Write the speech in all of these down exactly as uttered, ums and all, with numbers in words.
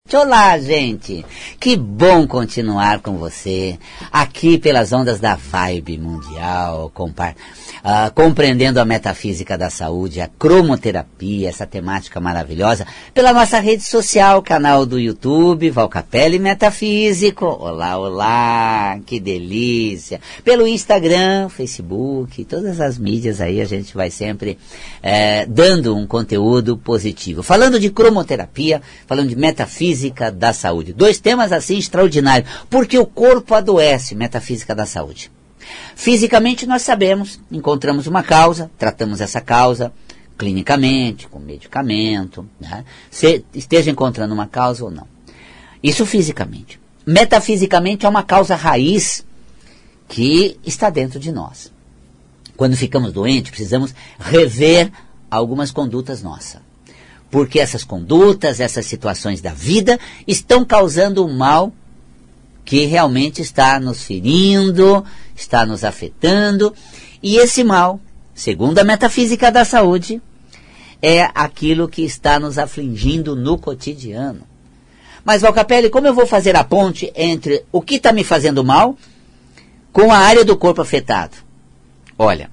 Olá, gente! Que bom continuar com você aqui pelas ondas da Vibe Mundial, compa- uh, compreendendo a metafísica da saúde, a cromoterapia, essa temática maravilhosa, pela nossa rede social, canal do YouTube, Valcapelli Metafísico. Olá, olá! Que delícia! Pelo Instagram, Facebook, todas as mídias aí a gente vai sempre eh, dando um conteúdo positivo. Falando de cromoterapia, falando de metafísica, da saúde. Dois temas assim extraordinários. Porque o corpo adoece, metafísica da saúde. Fisicamente nós sabemos, encontramos uma causa, tratamos essa causa clinicamente, com medicamento, né? Se esteja encontrando uma causa ou não. Isso fisicamente. Metafisicamente é uma causa raiz que está dentro de nós. Quando ficamos doentes, precisamos rever algumas condutas nossas. Porque essas condutas, essas situações da vida estão causando um mal que realmente está nos ferindo, está nos afetando. E esse mal, segundo a metafísica da saúde, é aquilo que está nos afligindo no cotidiano. Mas, Valcapelli, como eu vou fazer a ponte entre o que está me fazendo mal com a área do corpo afetado? Olha,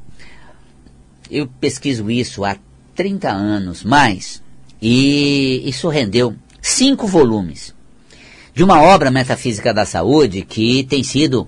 eu pesquiso isso há trinta anos mais. E isso rendeu cinco volumes de uma obra metafísica da saúde que tem sido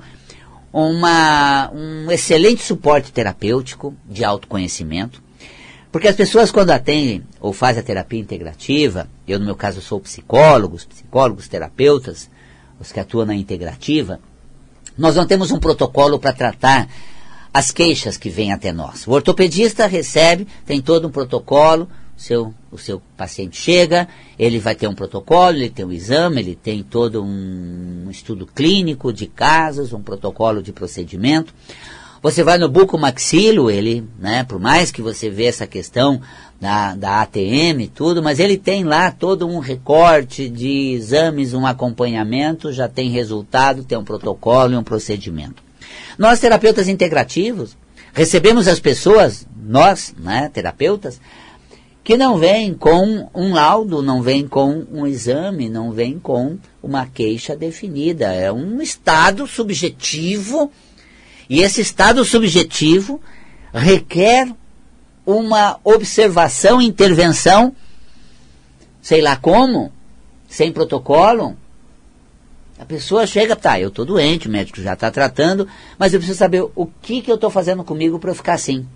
uma, um excelente suporte terapêutico de autoconhecimento. Porque as pessoas quando atendem ou fazem a terapia integrativa, eu no meu caso sou psicólogo, psicólogos, terapeutas, os que atuam na integrativa, nós não temos um protocolo para tratar as queixas que vêm até nós. O ortopedista recebe, tem todo um protocolo. Seu, o seu paciente chega, ele vai ter um protocolo, ele tem um exame, ele tem todo um estudo clínico de casos, um protocolo de procedimento. Você vai no bucomaxilo, ele, né, por mais que você vê essa questão da, da A T M e tudo, mas ele tem lá todo um recorte de exames, um acompanhamento, já tem resultado, tem um protocolo e um procedimento. Nós, terapeutas integrativos, recebemos as pessoas, nós, né, terapeutas, que não vem com um laudo, não vem com um exame, não vem com uma queixa definida. É um estado subjetivo, e esse estado subjetivo requer uma observação, intervenção, sei lá como, sem protocolo. A pessoa chega, tá, eu estou doente, o médico já está tratando, mas eu preciso saber o que, que eu estou fazendo comigo para eu ficar assim.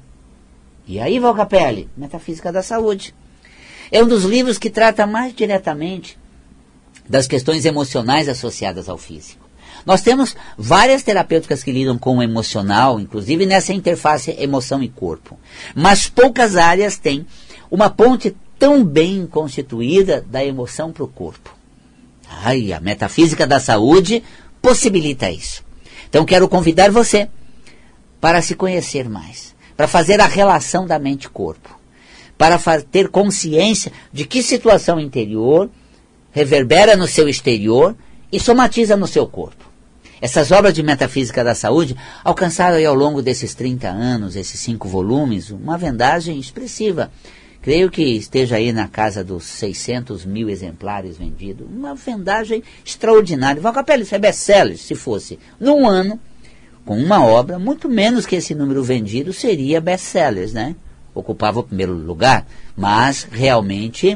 E aí, Valcapelli, Metafísica da Saúde. É um dos livros que trata mais diretamente das questões emocionais associadas ao físico. Nós temos várias terapêuticas que lidam com o emocional, inclusive nessa interface emoção e corpo. Mas poucas áreas têm uma ponte tão bem constituída da emoção para o corpo. Ai, a Metafísica da Saúde possibilita isso. Então quero convidar você para se conhecer mais, para fazer a relação da mente e corpo, para ter consciência de que situação interior reverbera no seu exterior e somatiza no seu corpo. Essas obras de metafísica da saúde alcançaram aí ao longo desses trinta anos, esses cinco volumes, uma vendagem expressiva. Creio que esteja aí na casa dos seiscentos mil exemplares vendidos. Uma vendagem extraordinária. Valcapelli, isso é best-seller, se fosse num ano, com uma obra, muito menos que esse número vendido seria best-sellers, né? Ocupava o primeiro lugar, mas realmente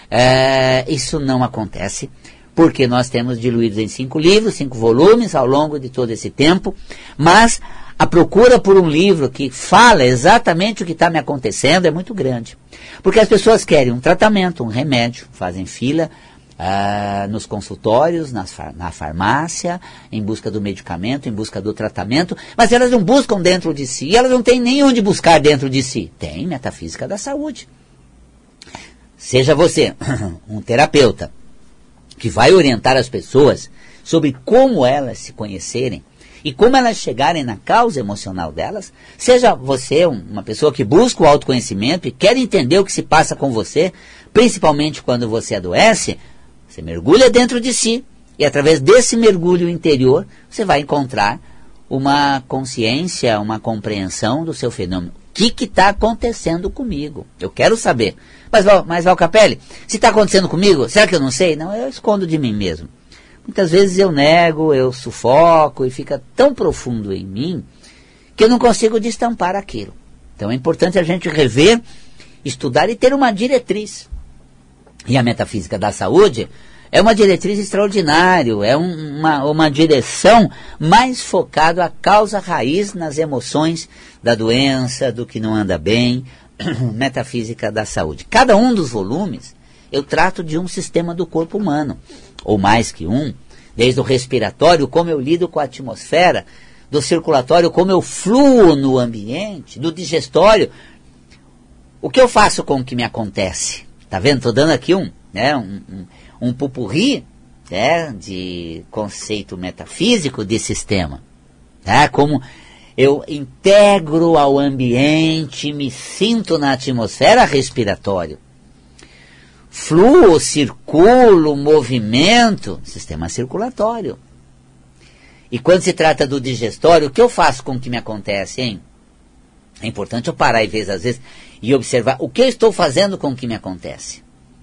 é, isso não acontece, porque nós temos diluídos em cinco livros, cinco volumes ao longo de todo esse tempo, mas a procura por um livro que fala exatamente o que está me acontecendo é muito grande. Porque as pessoas querem um tratamento, um remédio, fazem fila, Uh, nos consultórios, nas far- na farmácia, em busca do medicamento, em busca do tratamento, mas elas não buscam dentro de si, elas não têm nem onde buscar dentro de si. Tem Metafísica da Saúde. Seja você um terapeuta que vai orientar as pessoas sobre como elas se conhecerem e como elas chegarem na causa emocional delas, seja você uma pessoa que busca o autoconhecimento e quer entender o que se passa com você, principalmente quando você adoece, você mergulha dentro de si e através desse mergulho interior você vai encontrar uma consciência, uma compreensão do seu fenômeno. que que está acontecendo comigo. Eu quero saber. Mas, Val, mas Val Capelli, se está acontecendo comigo, será que eu não sei? Não, eu escondo de mim mesmo. Muitas vezes eu nego, eu sufoco e fica tão profundo em mim que eu não consigo destampar aquilo. Então é importante a gente rever, estudar e ter uma diretriz. E a metafísica da saúde é uma diretriz extraordinária, é um, uma, uma direção mais focada à causa raiz nas emoções da doença, do que não anda bem, metafísica da saúde. Cada um dos volumes eu trato de um sistema do corpo humano, ou mais que um, desde o respiratório, como eu lido com a atmosfera, do circulatório, como eu fluo no ambiente, do digestório, o que eu faço com o que me acontece. Tá vendo? Estou dando aqui um, né, um, um, um pupurri, né, de conceito metafísico de sistema. Tá? Como eu integro ao ambiente, me sinto na atmosfera respiratória. Fluo, circulo, movimento, sistema circulatório. E quando se trata do digestório, o que eu faço com o que me acontece, hein? É importante eu parar e ver, às vezes, e observar o que eu estou fazendo com o que me acontece.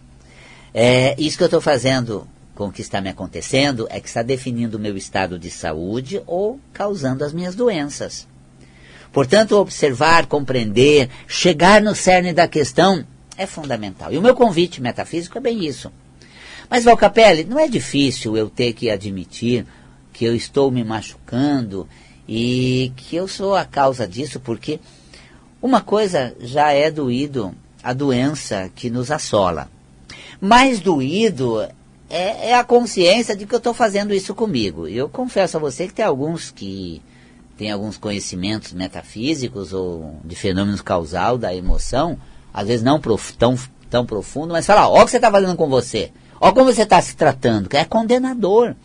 É, isso que eu estou fazendo com o que está me acontecendo é que está definindo o meu estado de saúde ou causando as minhas doenças. Portanto, observar, compreender, chegar no cerne da questão é fundamental. E o meu convite metafísico é bem isso. Mas, Val Capelli, não é difícil eu ter que admitir que eu estou me machucando e que eu sou a causa disso, porque uma coisa já é doído, a doença que nos assola. Mais doído é, é a consciência de que eu estou fazendo isso comigo. Eu confesso a você que tem alguns que têm alguns conhecimentos metafísicos ou de fenômenos causal da emoção, às vezes não prof, tão, tão profundo, mas fala, ó o que você está fazendo com você, ó como você está se tratando, que é condenador.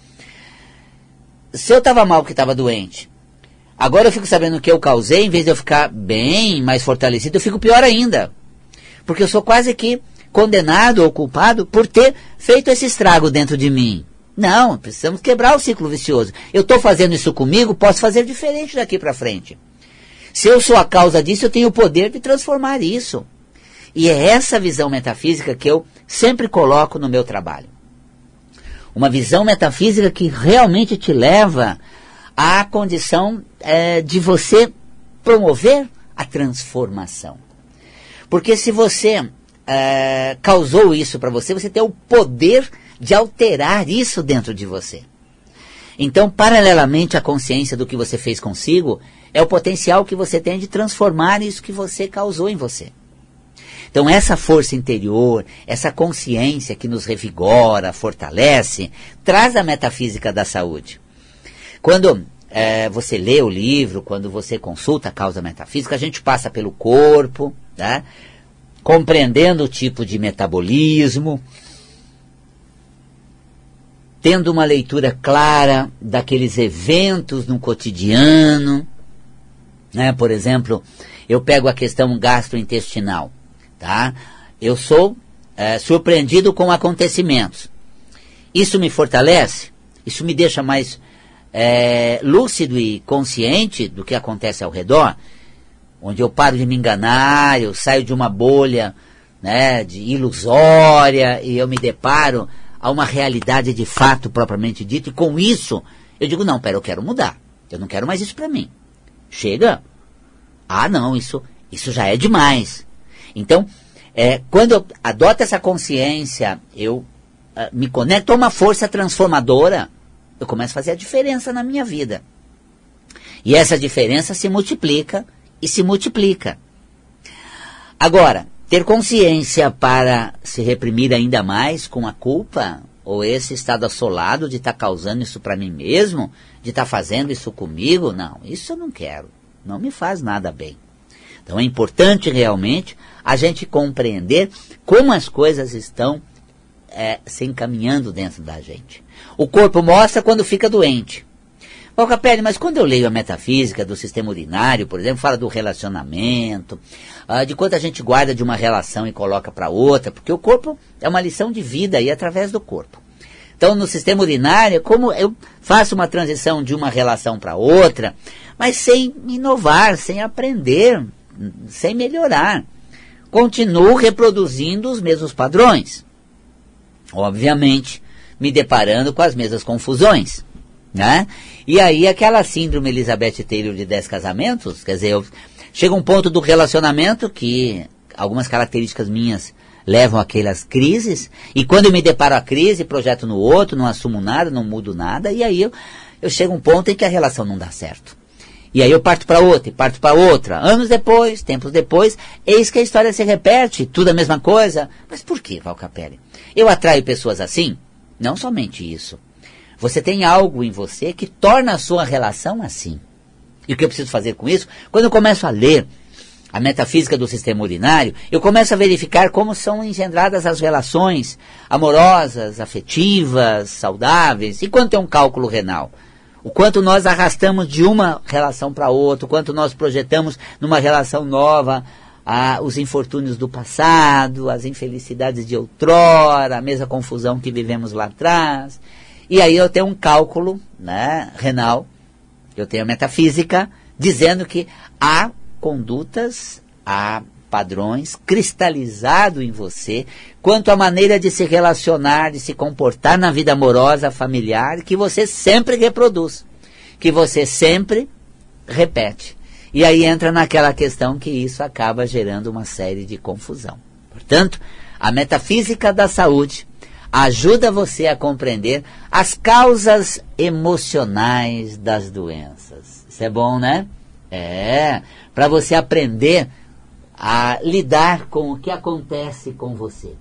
Se eu estava mal que estava doente, agora eu fico sabendo o que eu causei, em vez de eu ficar bem, mais fortalecido, eu fico pior ainda. Porque eu sou quase que condenado ou culpado por ter feito esse estrago dentro de mim. Não, precisamos quebrar o ciclo vicioso. Eu estou fazendo isso comigo, posso fazer diferente daqui para frente. Se eu sou a causa disso, eu tenho o poder de transformar isso. E é essa visão metafísica que eu sempre coloco no meu trabalho. Uma visão metafísica que realmente te leva à condição é, de você promover a transformação. Porque se você é, causou isso para você, você tem o poder de alterar isso dentro de você. Então, paralelamente à consciência do que você fez consigo, é o potencial que você tem de transformar isso que você causou em você. Então, essa força interior, essa consciência que nos revigora, fortalece, traz a metafísica da saúde. Quando é, você lê o livro, quando você consulta a causa metafísica, a gente passa pelo corpo, tá? Compreendendo o tipo de metabolismo, tendo uma leitura clara daqueles eventos no cotidiano, né? Por exemplo, eu pego a questão gastrointestinal. Tá? Eu sou é, surpreendido com acontecimentos. Isso me fortalece? Isso me deixa mais é, lúcido e consciente do que acontece ao redor? Onde eu paro de me enganar, eu saio de uma bolha, né, de ilusória e eu me deparo a uma realidade de fato propriamente dito, e com isso eu digo, não, pera, eu quero mudar. Eu não quero mais isso para mim. Chega? Ah, não, isso, isso já é demais. Então, é, quando eu adoto essa consciência, eu uh, me conecto a uma força transformadora, eu começo a fazer a diferença na minha vida. E essa diferença se multiplica e se multiplica. Agora, ter consciência para se reprimir ainda mais com a culpa, ou esse estado assolado de estar tá causando isso para mim mesmo, de estar tá fazendo isso comigo, não, isso eu não quero, não me faz nada bem. Então é importante realmente a gente compreender como as coisas estão é, se encaminhando dentro da gente. O corpo mostra quando fica doente. Val Capelli, mas quando eu leio a metafísica do sistema urinário, por exemplo, fala do relacionamento, ah, de quanto a gente guarda de uma relação e coloca para outra, porque o corpo é uma lição de vida aí através do corpo. Então, no sistema urinário, como eu faço uma transição de uma relação para outra, mas sem inovar, sem aprender, sem melhorar. Continuo reproduzindo os mesmos padrões. Obviamente, me deparando com as mesmas confusões, né? E aí aquela síndrome Elizabeth Taylor de dez casamentos, quer dizer, eu, chega um ponto do relacionamento que algumas características minhas levam àquelas crises, e quando eu me deparo a crise, projeto no outro, não assumo nada, não mudo nada, e aí eu, eu chego a um ponto em que a relação não dá certo. E aí eu parto para outra, e parto para outra. Anos depois, tempos depois, eis que a história se repete, tudo a mesma coisa. Mas por que, Val Capelli? Eu atraio pessoas assim? Não somente isso. Você tem algo em você que torna a sua relação assim. E o que eu preciso fazer com isso? Quando eu começo a ler a metafísica do sistema urinário, eu começo a verificar como são engendradas as relações amorosas, afetivas, saudáveis, e quanto é um cálculo renal. O quanto nós arrastamos de uma relação para outra, o quanto nós projetamos numa relação nova ah, os infortúnios do passado, as infelicidades de outrora, a mesma confusão que vivemos lá atrás. E aí eu tenho um cálculo, né, renal, eu tenho a metafísica, dizendo que há condutas, há padrões cristalizados em você, quanto à maneira de se relacionar, de se comportar na vida amorosa, familiar, que você sempre reproduz, que você sempre repete. E aí entra naquela questão que isso acaba gerando uma série de confusão. Portanto, a metafísica da saúde ajuda você a compreender as causas emocionais das doenças. Isso é bom, né? É, para você aprender a lidar com o que acontece com você.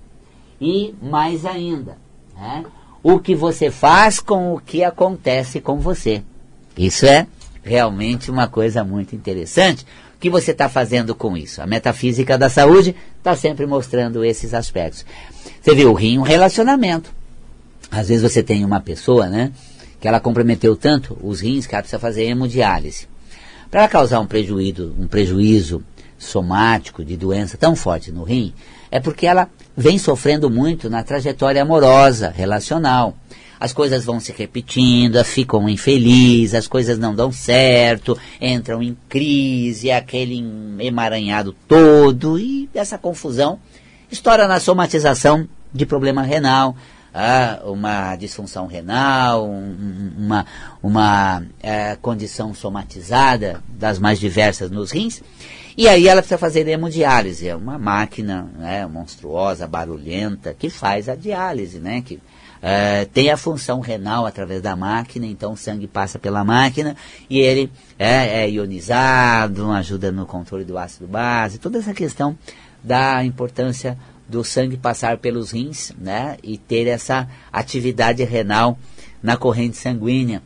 E, mais ainda, né, o que você faz com o que acontece com você. Isso é realmente uma coisa muito interessante. O que você está fazendo com isso? A metafísica da saúde está sempre mostrando esses aspectos. Você viu o rim, um relacionamento. Às vezes você tem uma pessoa, né, que ela comprometeu tanto os rins que ela precisa fazer hemodiálise. Para causar um prejuízo, um prejuízo somático de doença tão forte no rim, é porque ela vem sofrendo muito na trajetória amorosa, relacional. As coisas vão se repetindo, ficam infelizes, as coisas não dão certo, entram em crise, aquele emaranhado todo, e essa confusão estoura na somatização de problema renal, ah, uma disfunção renal, um, uma, uma é, condição somatizada das mais diversas nos rins, e aí ela precisa fazer hemodiálise. É uma máquina, né, monstruosa, barulhenta, que faz a diálise, né, que é, tem a função renal através da máquina, então o sangue passa pela máquina e ele é, é ionizado, ajuda no controle do ácido base, toda essa questão da importância do sangue passar pelos rins, né, e ter essa atividade renal na corrente sanguínea,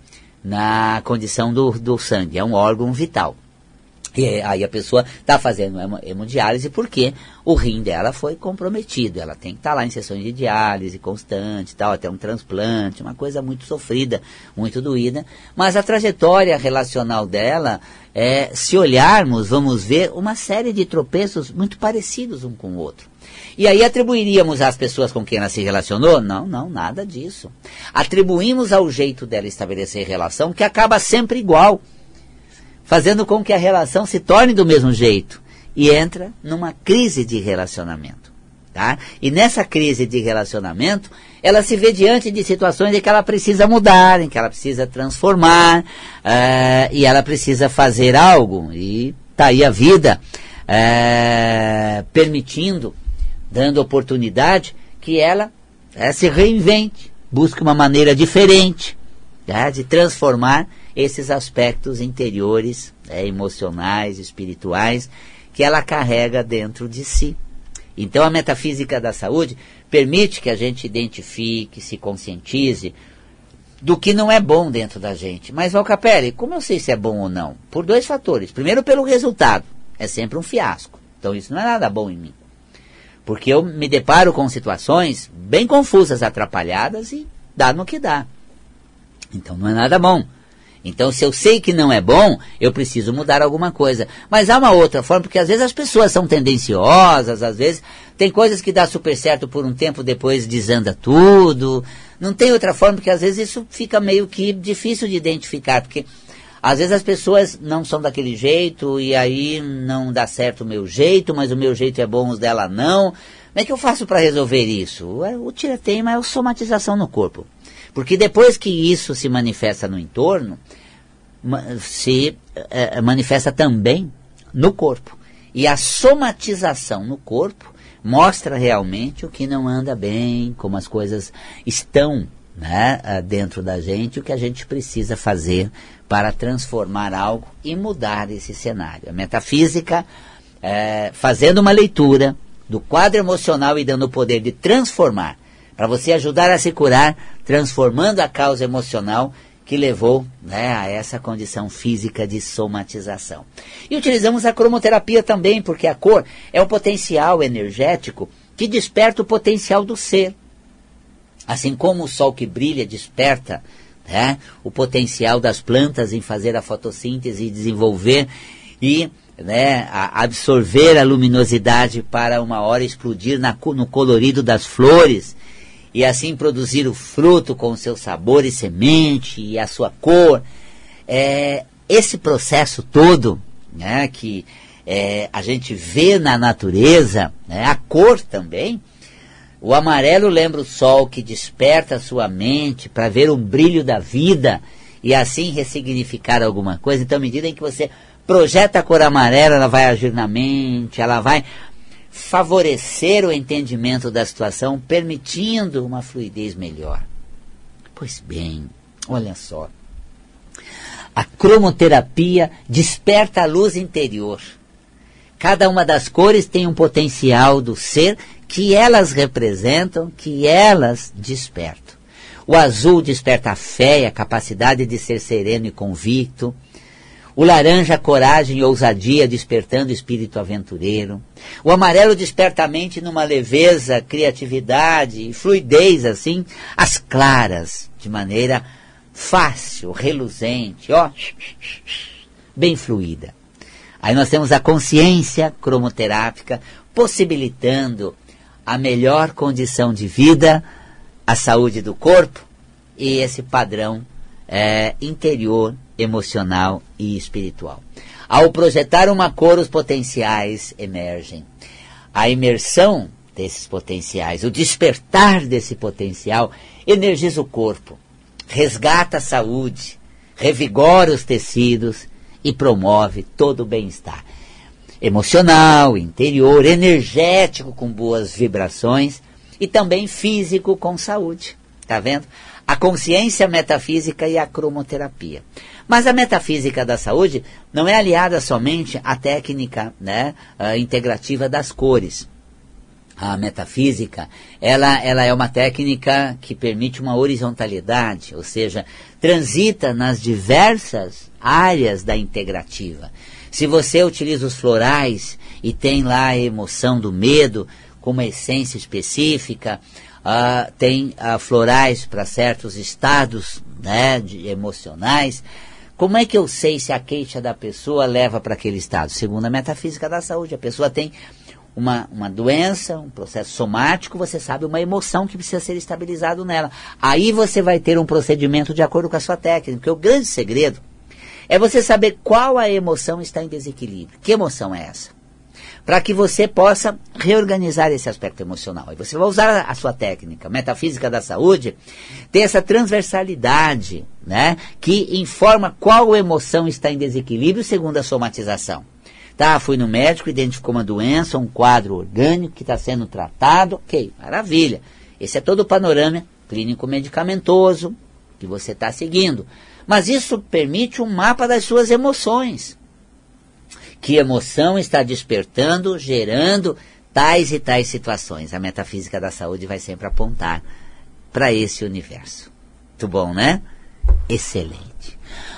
na condição do, do sangue. É um órgão vital. E aí a pessoa está fazendo hemodiálise porque o rim dela foi comprometido. Ela tem que estar tá lá em sessões de diálise constante, tal, até um transplante, uma coisa muito sofrida, muito doída. Mas a trajetória relacional dela, é, se olharmos, vamos ver uma série de tropeços muito parecidos um com o outro. E aí atribuiríamos às pessoas com quem ela se relacionou? Não, não, nada disso. Atribuímos ao jeito dela estabelecer relação, que acaba sempre igual, fazendo com que a relação se torne do mesmo jeito e entra numa crise de relacionamento, tá? E nessa crise de relacionamento, ela se vê diante de situações em que ela precisa mudar, em que ela precisa transformar, uh, e ela precisa fazer algo, e tá aí a vida uh, permitindo, dando oportunidade que ela uh, se reinvente, busque uma maneira diferente, tá, de transformar esses aspectos interiores, é, emocionais, espirituais, que ela carrega dentro de si. Então a metafísica da saúde permite que a gente identifique, se conscientize do que não é bom dentro da gente. Mas, Val Capelli, como eu sei se é bom ou não? Por dois fatores. Primeiro, pelo resultado. É sempre um fiasco. Então isso não é nada bom em mim. Porque eu me deparo com situações bem confusas, atrapalhadas, e dá no que dá. Então não é nada bom. Então, se eu sei que não é bom, eu preciso mudar alguma coisa. Mas há uma outra forma, porque às vezes as pessoas são tendenciosas, às vezes tem coisas que dá super certo por um tempo, depois desanda tudo. Não tem outra forma, porque às vezes isso fica meio que difícil de identificar, porque Às vezes as pessoas não são daquele jeito e aí não dá certo o meu jeito, mas o meu jeito é bom, os dela não. Como é que eu faço para resolver isso? O tira-teima é a somatização no corpo. Porque depois que isso se manifesta no entorno, se é, manifesta também no corpo. E a somatização no corpo mostra realmente o que não anda bem, como as coisas estão, né, dentro da gente, o que a gente precisa fazer para transformar algo e mudar esse cenário. A metafísica, é, fazendo uma leitura do quadro emocional e dando o poder de transformar, para você ajudar a se curar, transformando a causa emocional que levou, né, a essa condição física de somatização. E utilizamos a cromoterapia também, porque a cor é um potencial energético que desperta o potencial do ser. Assim como o sol que brilha desperta, né, o potencial das plantas em fazer a fotossíntese e desenvolver e, né, a absorver a luminosidade para uma hora explodir na, no colorido das flores e assim produzir o fruto com o seu sabor e semente e a sua cor. É, esse processo todo, né, que é, a gente vê na natureza, né, a cor também. O amarelo lembra o sol que desperta a sua mente para ver o brilho da vida e assim ressignificar alguma coisa. Então, à medida em que você projeta a cor amarela, ela vai agir na mente, ela vai favorecer o entendimento da situação, permitindo uma fluidez melhor. Pois bem, olha só. A cromoterapia desperta a luz interior. Cada uma das cores tem um potencial do ser que elas representam, que elas despertam. O azul desperta a fé e a capacidade de ser sereno e convicto. O laranja, coragem e ousadia, despertando o espírito aventureiro. O amarelo desperta a mente numa leveza, criatividade e fluidez, assim. As claras, de maneira fácil, reluzente, ó, bem fluida. Aí nós temos a consciência cromoterápica, possibilitando a melhor condição de vida, a saúde do corpo e esse padrão é, interior, emocional e espiritual. Ao projetar uma cor, os potenciais emergem. A imersão desses potenciais, o despertar desse potencial, energiza o corpo, resgata a saúde, revigora os tecidos e promove todo o bem-estar emocional, interior, energético com boas vibrações e também físico com saúde. Tá vendo? A consciência metafísica e a cromoterapia. Mas a metafísica da saúde não é aliada somente à técnica, né, uh, integrativa das cores. A metafísica, ela, ela é uma técnica que permite uma horizontalidade, ou seja, transita nas diversas áreas da integrativa. Se você utiliza os florais e tem lá a emoção do medo com uma essência específica, uh, tem uh, florais para certos estados, né, de, emocionais, como é que eu sei se a queixa da pessoa leva para aquele estado? Segundo a metafísica da saúde, a pessoa tem uma, uma doença, um processo somático, você sabe uma emoção que precisa ser estabilizado nela. Aí você vai ter um procedimento de acordo com a sua técnica, porque o grande segredo é você saber qual a emoção está em desequilíbrio. Que emoção é essa? Para que você possa reorganizar esse aspecto emocional. E você vai usar a sua técnica metafísica da saúde, tem essa transversalidade, né, que informa qual emoção está em desequilíbrio segundo a somatização. Tá, fui no médico, identificou uma doença, um quadro orgânico que está sendo tratado, ok, maravilha. Esse é todo o panorama clínico-medicamentoso que você está seguindo. Mas isso permite um mapa das suas emoções. Que emoção está despertando, gerando tais e tais situações. A metafísica da saúde vai sempre apontar para esse universo. Muito bom, né? Excelente.